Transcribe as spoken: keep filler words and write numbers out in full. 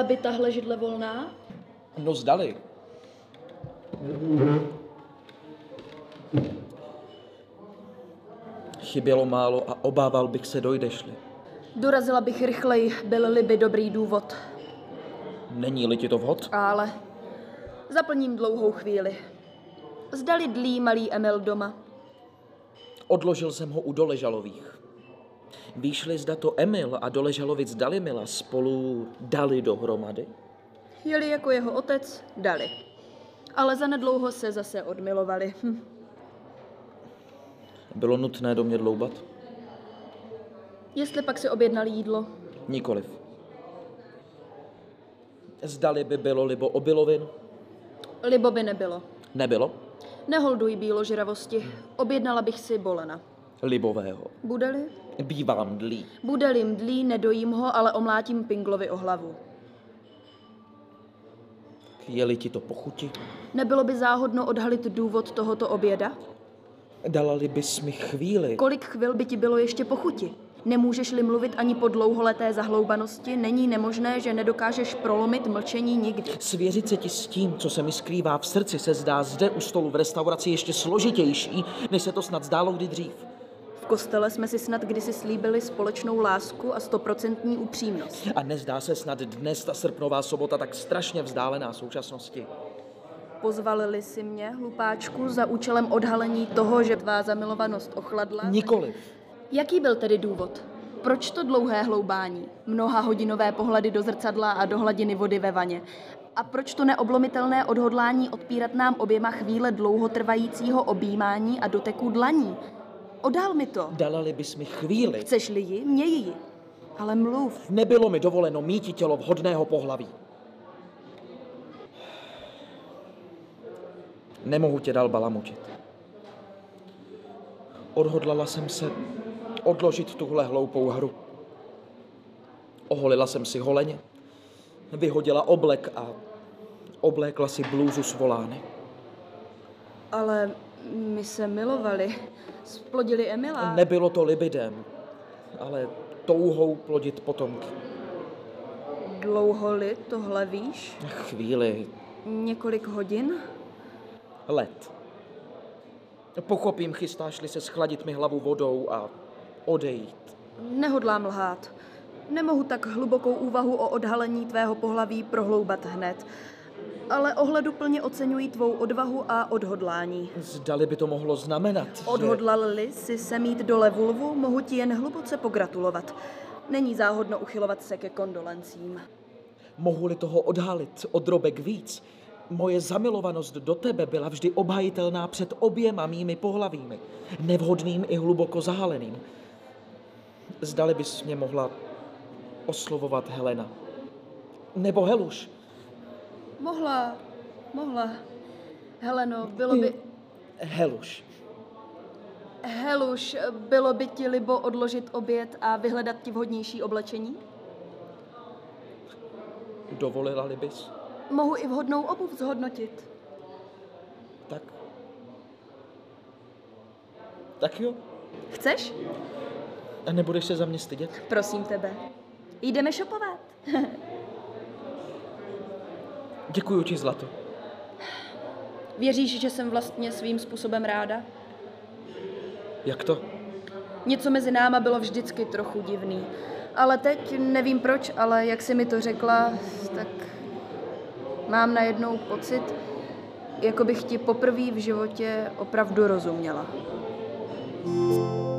Byla by tahle židle volná? No zdali. Chybělo málo a obával bych se, dojdeš-li. Dorazila bych rychleji, byl-li by dobrý důvod. Není-li ti to vhod? Ale zaplním dlouhou chvíli. Zdali dlí malý Emil doma. Odložil jsem ho u Doležalových. Víš-li, zda to Emil a Doležalovic Dalimila spolu dali dohromady? Jeli jako jeho otec, dali. Ale zanedlouho se zase odmilovali. Hm. Bylo nutné do mě dloubat? Jestli pak si objednali jídlo? Nikoliv. Zdali by bylo libo obilovin? Libo by nebylo. Nebylo? Neholduj bíložravosti. Objednala bych si bolena. Libového. Bude-li? Bývám dlí. Bude-li mdlý, nedojím ho, ale omlátím Pinglovi o hlavu. Je-li ti to pochuti? Nebylo by záhodno odhalit důvod tohoto oběda? Dala-li bys mi chvíli? Kolik chvil by ti bylo ještě pochuti? Nemůžeš-li mluvit ani po dlouholeté zahloubanosti, není nemožné, že nedokážeš prolomit mlčení nikdy. Svěřit se ti s tím, co se mi skrývá v srdci, se zdá zde u stolu v restauraci ještě složitější, než se to snad zdálo kdy dřív. V kostele jsme si snad kdysi slíbili společnou lásku a stoprocentní upřímnost. A nezdá se snad dnes ta srpnová sobota tak strašně vzdálená současnosti. Pozvalili si mě, hlupáčku, za účelem odhalení toho, že tvá zamilovanost ochladla? Nikoliv. Jaký byl tedy důvod? Proč to dlouhé hloubání? Mnoha hodinové pohledy do zrcadla a do hladiny vody ve vaně? A proč to neoblomitelné odhodlání odpírat nám oběma chvíle dlouhotrvajícího objímání a doteku dlaní? Odál mi to. Dala-li bys mi chvíli? Chceš-li ji? Měj ji. Ale mluv. Nebylo mi dovoleno míti tělo vhodného pohlaví. Nemohu tě dál balamučit. Odhodlala jsem se odložit tuhle hloupou hru. Oholila jsem si holeně, vyhodila oblek a oblékla si blůzu z volány. Ale my se milovali. Splodili Emila. Nebylo to libidem, ale touhou plodit potomky. Dlouho-li tohle víš? Chvíli. Několik hodin? Let. Pochopím, chystáš-li se schladit mi hlavu vodou a odejít. Nehodlám lhát. Nemohu tak hlubokou úvahu o odhalení tvého pohlaví prohloubat hned. Ale ohleduplně oceňuji tvou odvahu a odhodlání. Zdali by to mohlo znamenat, že... Odhodlal-li si se mít dole vulvu, mohu ti jen hluboce pogratulovat. Není záhodno uchylovat se ke kondolencím. Mohu-li toho odhalit o drobek víc, moje zamilovanost do tebe byla vždy obhajitelná před oběma mými pohlavími, nevhodným i hluboko zahaleným. Zdali bys mě mohla oslovovat Helena. Nebo Heluš. Mohla, mohla. Heleno, bylo by... Heluš. Heluš, bylo by ti libo odložit oběd a vyhledat ti vhodnější oblečení? Dovolila-li bys? Mohu i vhodnou obuv zhodnotit. Tak. Tak jo. Chceš? A nebudeš se za mě stydět? Prosím tebe. Jdeme šopovat. Děkuju ti, zlato. Věříš, že jsem vlastně svým způsobem ráda? Jak to? Něco mezi náma bylo vždycky trochu divný. Ale teď nevím proč, ale jak jsi mi to řekla, tak mám najednou pocit, jako bych ti poprvé v životě opravdu rozuměla.